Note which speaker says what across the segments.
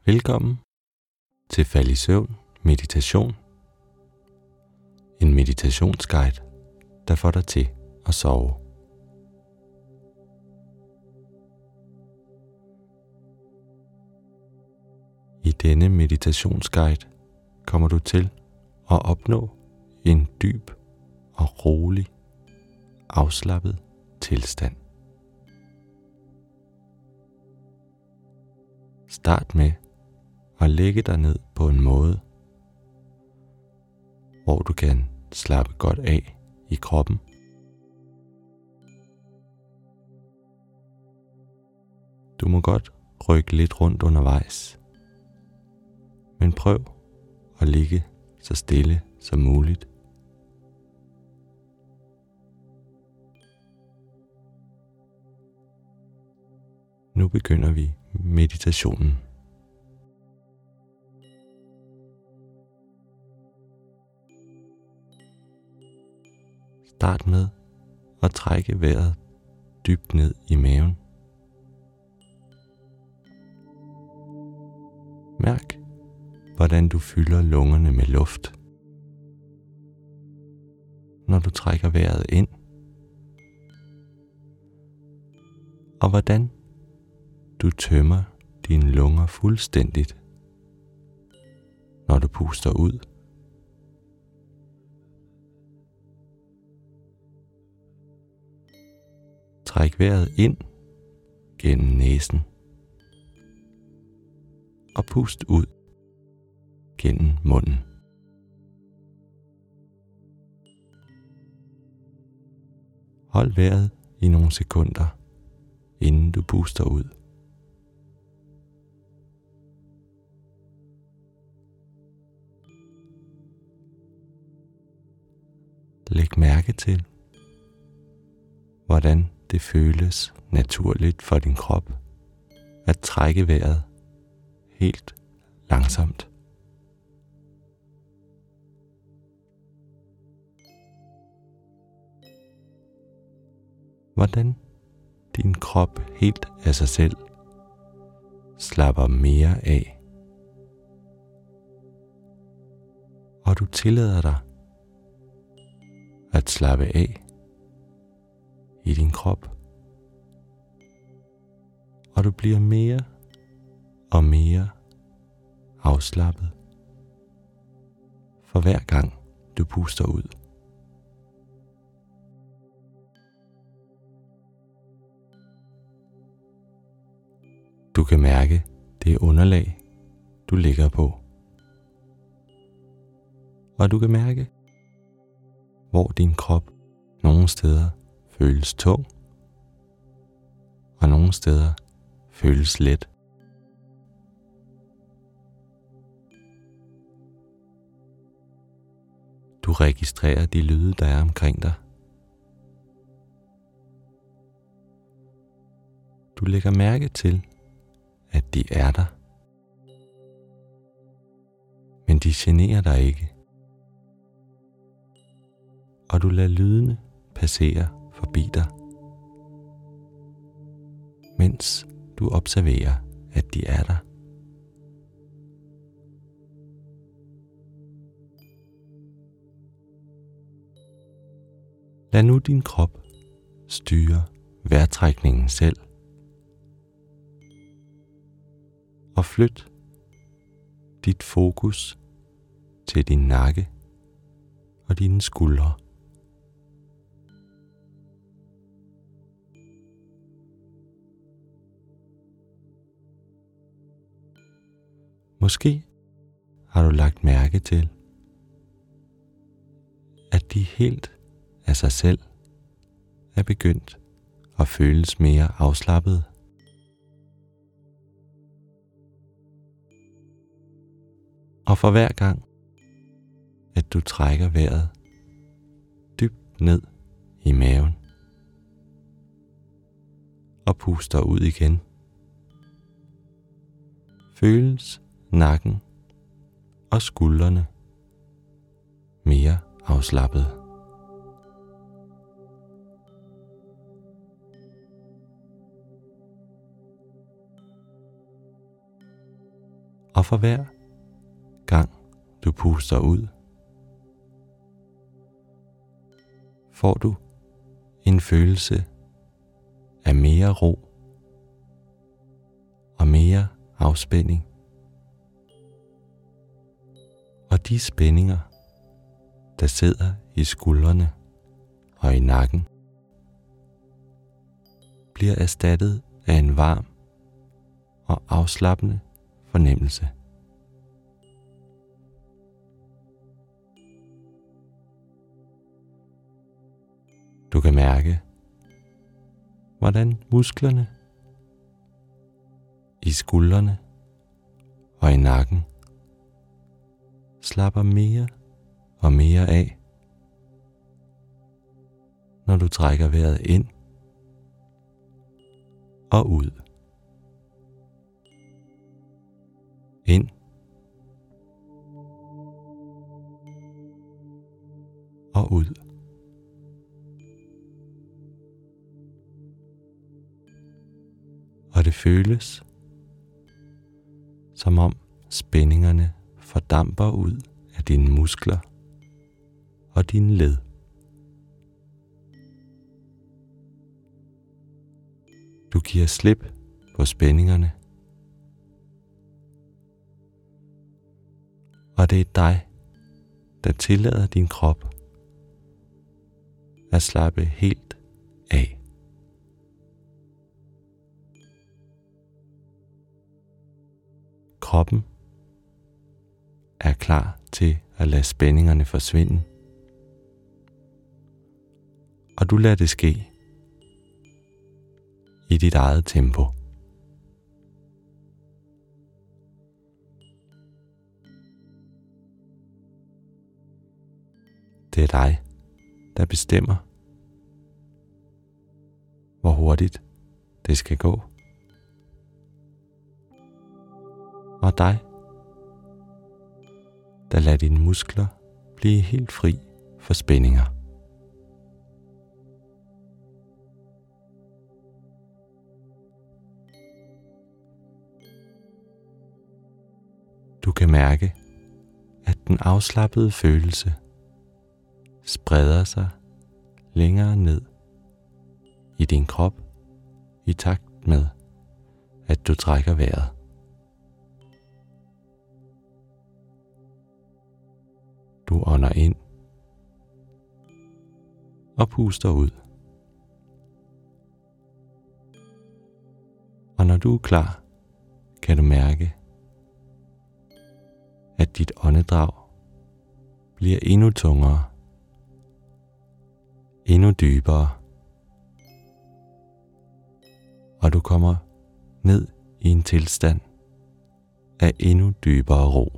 Speaker 1: Velkommen til Fald i Søvn Meditation. En meditationsguide, der får dig til at sove. I denne meditationsguide kommer du til at opnå en dyb og rolig, afslappet tilstand. Start med at lægge dig ned på en måde, hvor du kan slappe godt af i kroppen. Du må godt rykke lidt rundt undervejs, men prøv at ligge så stille som muligt. Nu begynder vi meditationen. Start med at trække vejret dybt ned i maven. Mærk, hvordan du fylder lungerne med luft, når du trækker vejret ind, og hvordan du tømmer dine lunger fuldstændigt, når du puster ud. Træk vejret ind gennem næsen og pust ud gennem munden. Hold vejret i nogle sekunder, inden du puster ud. Læg mærke til, hvordan det føles naturligt for din krop at trække vejret helt langsomt. Hvordan din krop helt af sig selv slapper mere af, og du tillader dig at slappe af i din krop, og du bliver mere og mere afslappet for hver gang du puster ud. Du kan mærke det underlag, du ligger på, og du kan mærke, hvor din krop nogle steder føles tung, og nogle steder føles let. Du registrerer de lyde, der er omkring dig. Du lægger mærke til, at de er der, men de generer dig ikke. Og du lader lydene passere forbi dig, mens du observerer, at de er der. Lad nu din krop styre vejrtrækningen selv, og flyt dit fokus til din nakke og dine skuldre. Måske har du lagt mærke til, at de helt af sig selv er begyndt at føles mere afslappede. Og for hver gang, at du trækker vejret dybt ned i maven og puster ud igen, føles nakken og skuldrene mere afslappede. Og for hver gang du puster ud, får du en følelse af mere ro og mere afspænding. Og de spændinger, der sidder i skuldrene og i nakken, bliver erstattet af en varm og afslappende fornemmelse. Du kan mærke, hvordan musklerne i skuldrene og i nakken slapper mere og mere af, når du trækker vejret ind og ud. Ind og ud. Og det føles, som om spændingerne fordamper ud af dine muskler og dine led. Du giver slip på spændingerne, og det er dig, der tillader din krop at slappe helt af. Kroppen er klar til at lade spændingerne forsvinde, og du lader det ske i dit eget tempo. Det er dig, der bestemmer, hvor hurtigt det skal gå. Og dig, der lader dine muskler blive helt fri for spændinger. Du kan mærke, at den afslappede følelse spreder sig længere ned i din krop i takt med, at du trækker vejret. Du ånder ind og puster ud. Og når du er klar, kan du mærke, at dit åndedrag bliver endnu tungere, endnu dybere, og du kommer ned i en tilstand af endnu dybere ro.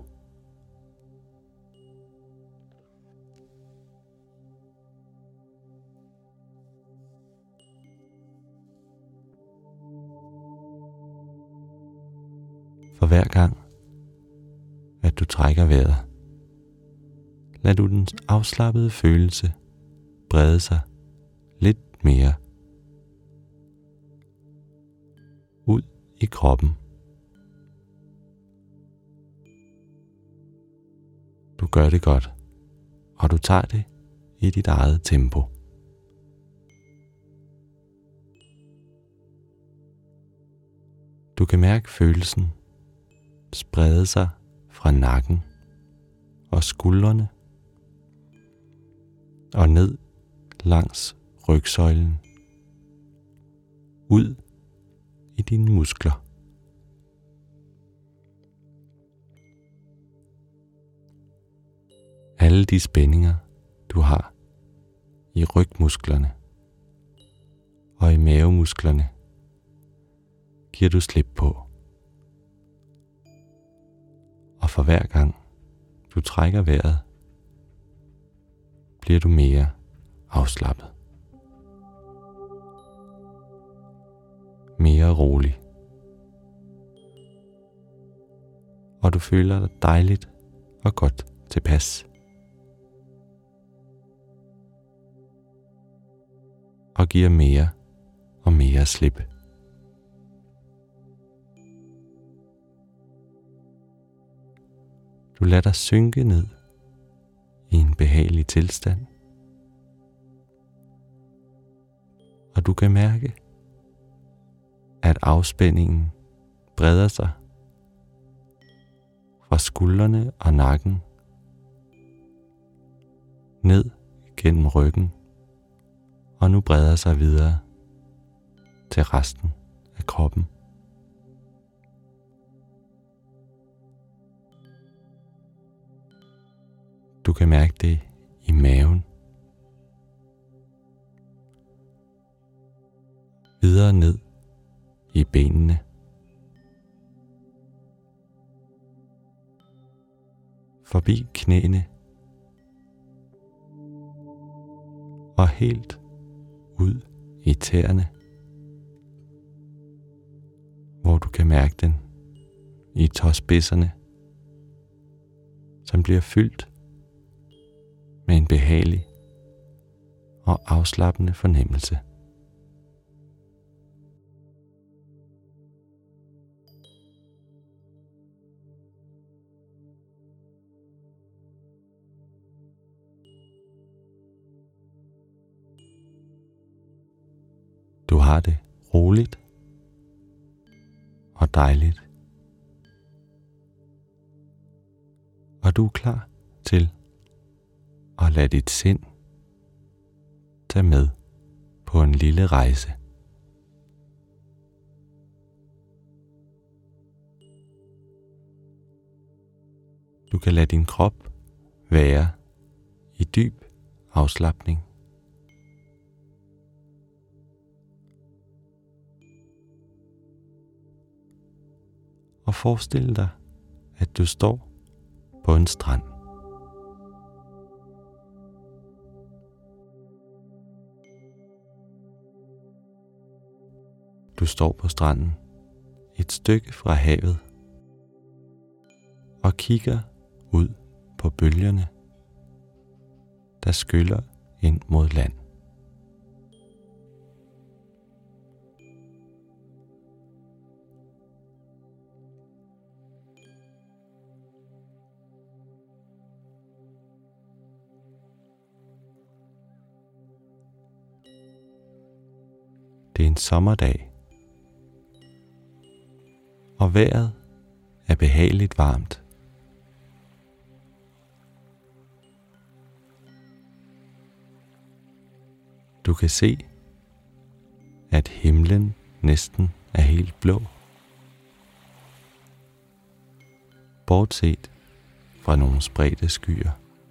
Speaker 1: For hver gang, at du trækker vejret, lad du den afslappede følelse brede sig lidt mere ud i kroppen. Du gør det godt, og du tager det i dit eget tempo. Du kan mærke følelsen sprede sig fra nakken og skuldrene og ned langs rygsøjlen, ud i dine muskler. Alle de spændinger, du har i rygmusklerne og i mavemusklerne, giver du slip på. Og for hver gang du trækker vejret, bliver du mere afslappet. Mere rolig. Og du føler dig dejligt og godt tilpas. Og giver mere og mere slip. Du lader dig synke ned i en behagelig tilstand, og du kan mærke, at afspændingen breder sig fra skuldrene og nakken ned gennem ryggen, og nu breder sig videre til resten af kroppen. Du kan mærke det i maven, videre ned i benene, forbi knæene og helt ud i tæerne, hvor du kan mærke den i tåspidserne, som bliver fyldt med en behagelig og afslappende fornemmelse. Du har det roligt og dejligt, og du er klar til at lade dit sind tage med på en lille rejse. Du kan lade din krop være i dyb afslapning. Og forestil dig, at du står på en strand. Du står på stranden et stykke fra havet og kigger ud på bølgerne, der skyller ind mod land. Det er en sommerdag, og vejret er behageligt varmt. Du kan se, at himlen næsten er helt blå, bortset fra nogle spredte skyer.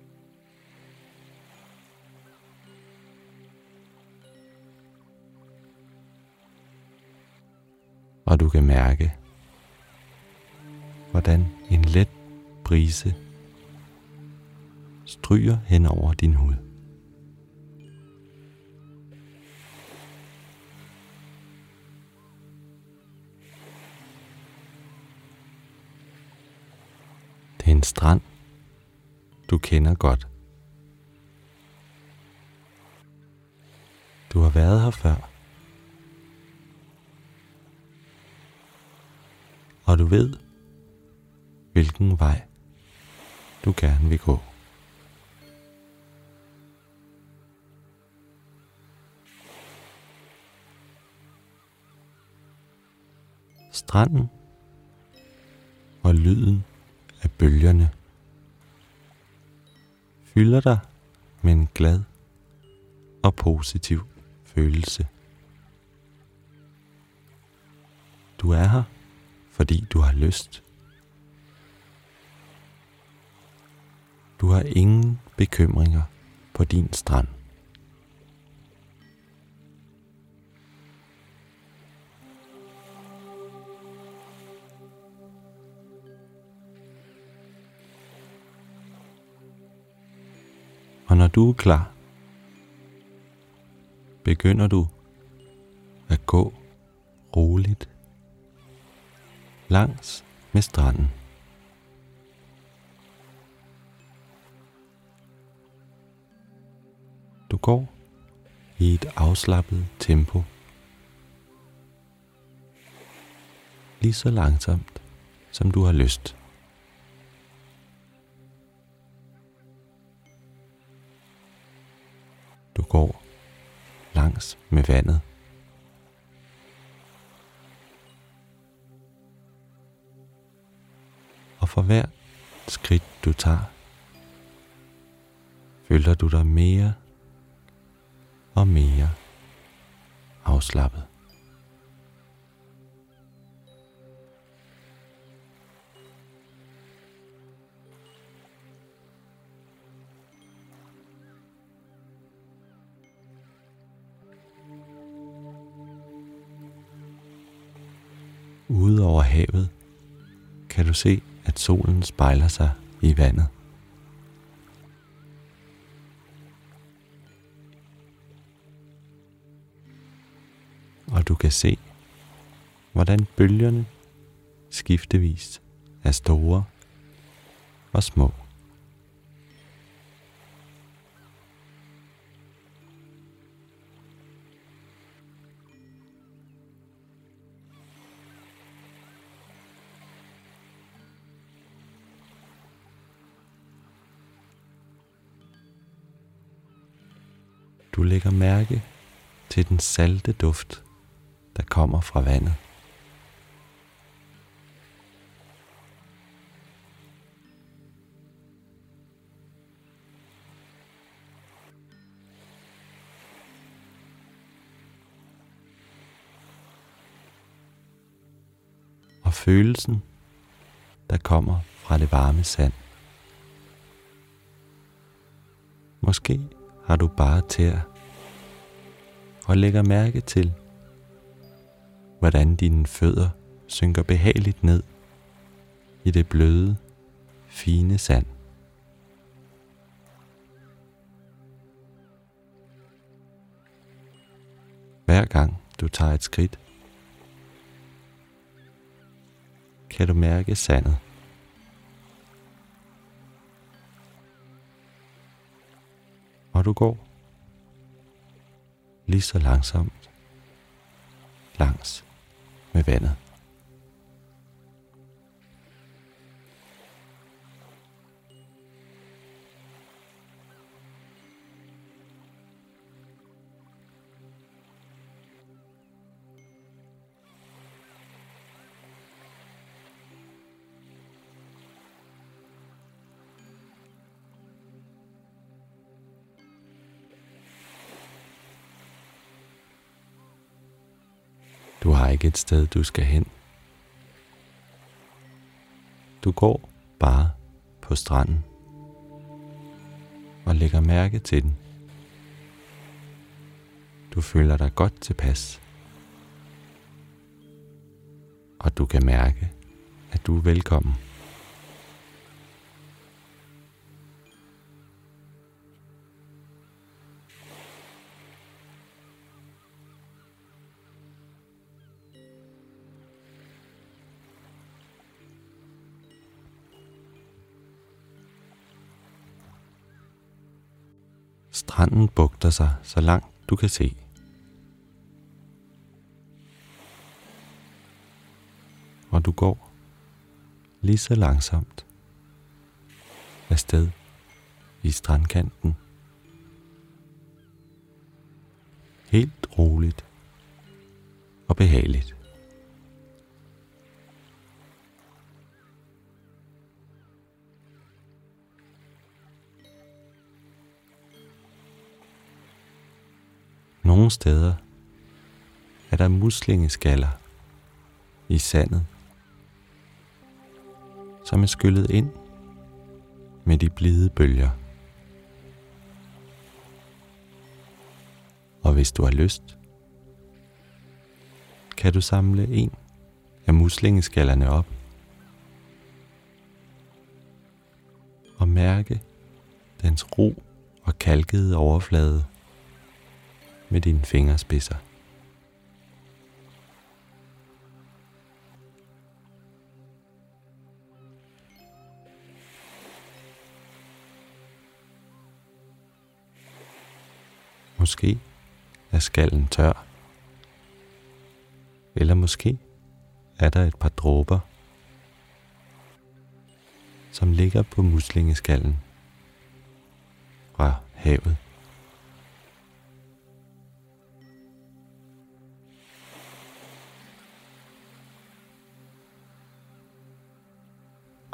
Speaker 1: Og du kan mærke, hvordan en let brise stryger hen over din hud. Det er en strand, du kender godt. Du har været her før. Og du ved, hvilken vej du gerne vil gå. Stranden og lyden af bølgerne fylder dig med en glad og positiv følelse. Du er her, fordi du har lyst. Du har ingen bekymringer på din strand. Og når du er klar, begynder du at gå roligt langs med stranden. Du går i et afslappet tempo, lige så langsomt som du har lyst. går langs med vandet. Og for hvert skridt du tager, føler du dig mere og mere afslappet. Ude over havet kan du se, at solen spejler sig i vandet. Og du kan se, hvordan bølgerne skiftevis er store og små. Du lægger mærke til den salte duft, der kommer fra vandet. Og følelsen, der kommer fra det varme sand. Måske har du bare tæer og lægger mærke til, hvordan dine fødder synker behageligt ned i det bløde, fine sand. Hver gang du tager et skridt, kan du mærke sandet. Og du går lige så langsomt langs med vandet. Du har ikke et sted, du skal hen. Du går bare på stranden og lægger mærke til den. Du føler dig godt tilpas, og du kan mærke, at du er velkommen. Stranden bugter sig så langt du kan se. Og du går lige så langsomt afsted i strandkanten. Helt roligt og behageligt. Nogle steder er der muslingeskaller i sandet, som er skyllet ind med de blide bølger. Og hvis du har lyst, kan du samle en af muslingeskallerne op og mærke dens ro og kalkede overflade med dine fingerspidser. Måske er skallen tør, eller måske er der et par dråber, som ligger på muslingeskallen fra havet.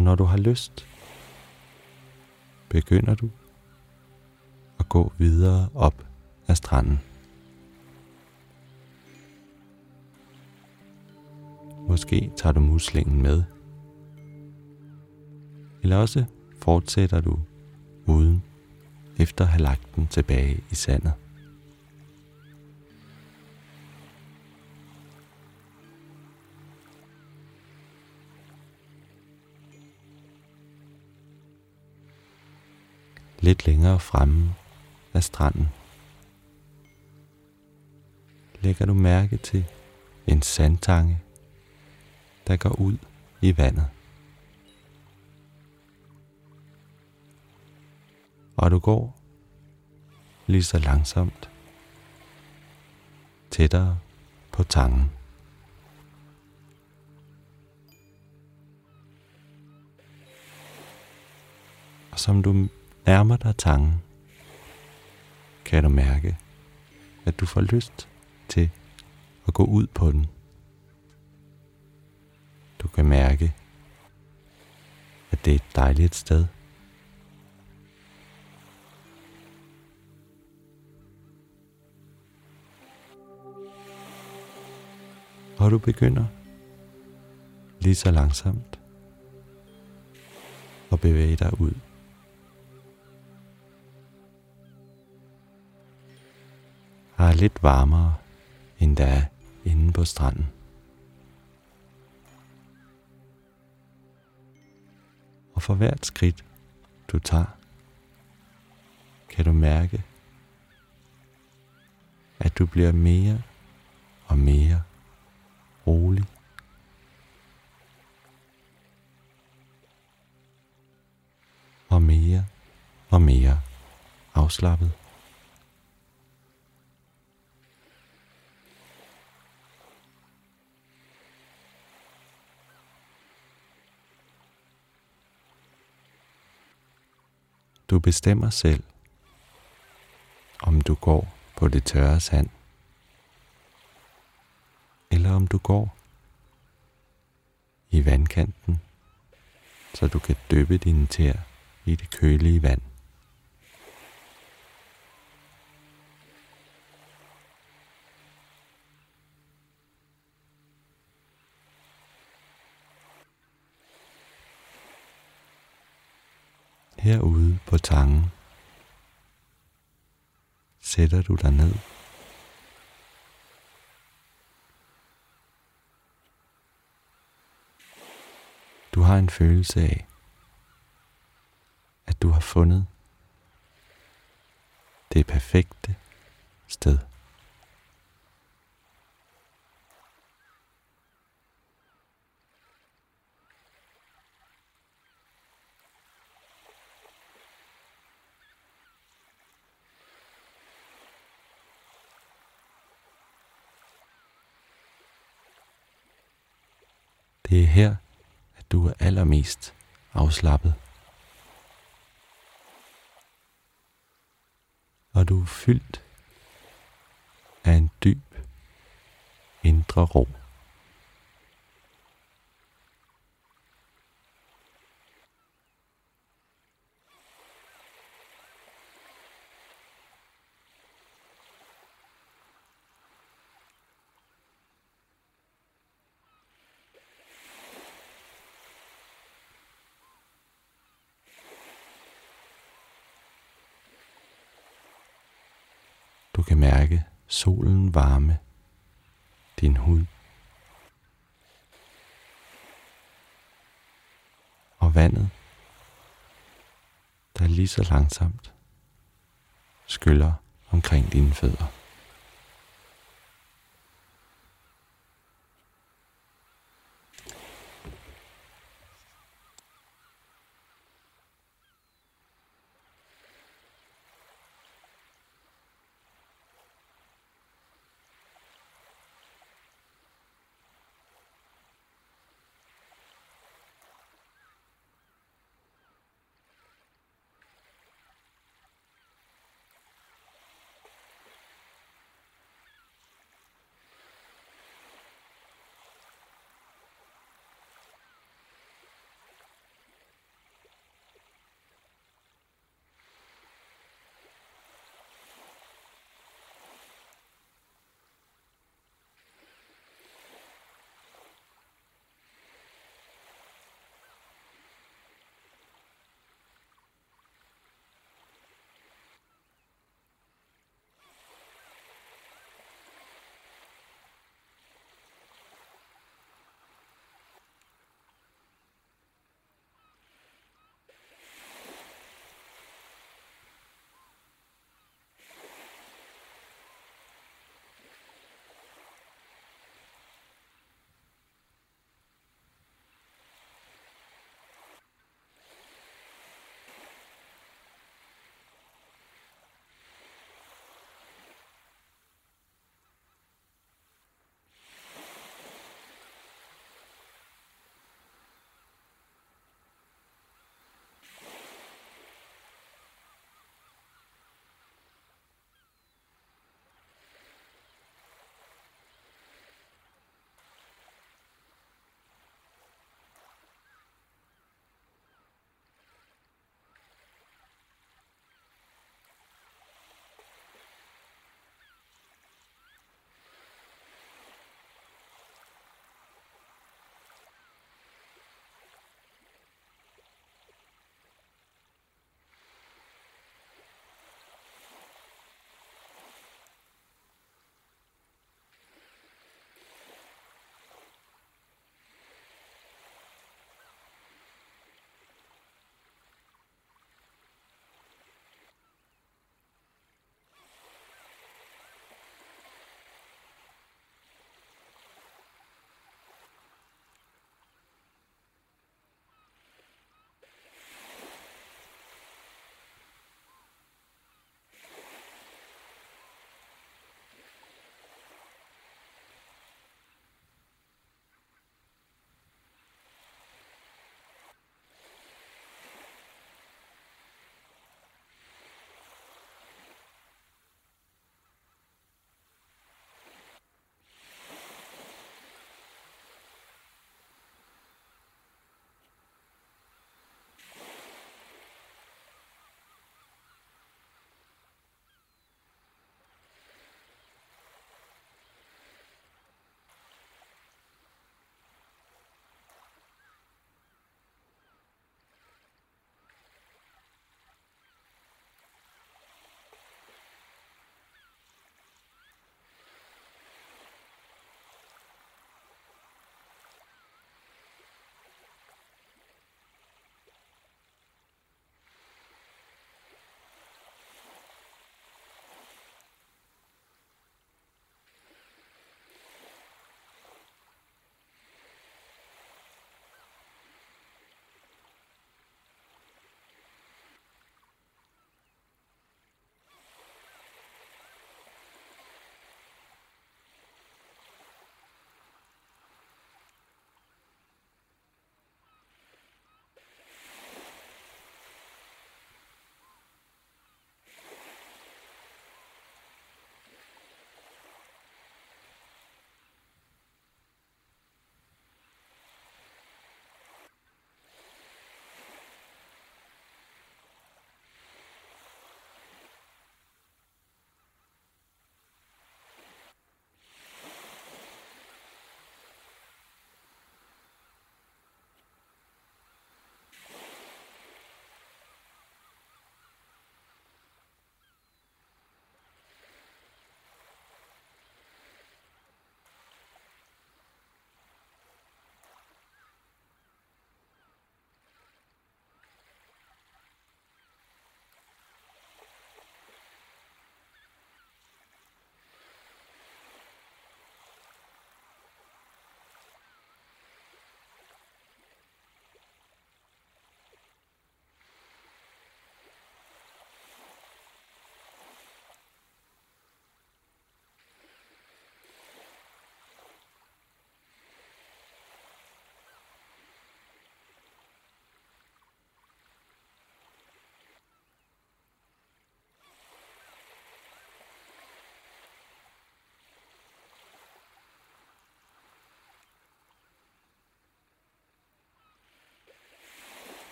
Speaker 1: Og når du har lyst, begynder du at gå videre op ad stranden. Måske tager du muslingen med, eller også fortsætter du uden, efter at have lagt den tilbage i sandet. Lidt længere fremme af stranden lægger du mærke til en sandtange, der går ud i vandet. Og du går lige så langsomt tættere på tangen. Og som du nærmer dig tangen, kan du mærke, at du får lyst til at gå ud på den. Du kan mærke, at det er et dejligt sted. Og du begynder lige så langsomt at bevæge dig ud. Her er lidt varmere, end der er inde på stranden. Og for hvert skridt, du tager, kan du mærke, at du bliver mere og mere rolig. Og mere afslappet. Du bestemmer selv, om du går på det tørre sand, eller om du går i vandkanten, så du kan dyppe dine tæer i det kølige vand. Herude på tangen sætter du dig ned. Du har en følelse af, at du har fundet det perfekte sted. Det er her, at du er allermest afslappet. Og du er fyldt af en dyb indre ro. Du kan mærke solen varme din hud. Og vandet, der lige så langsomt skyller omkring dine fødder.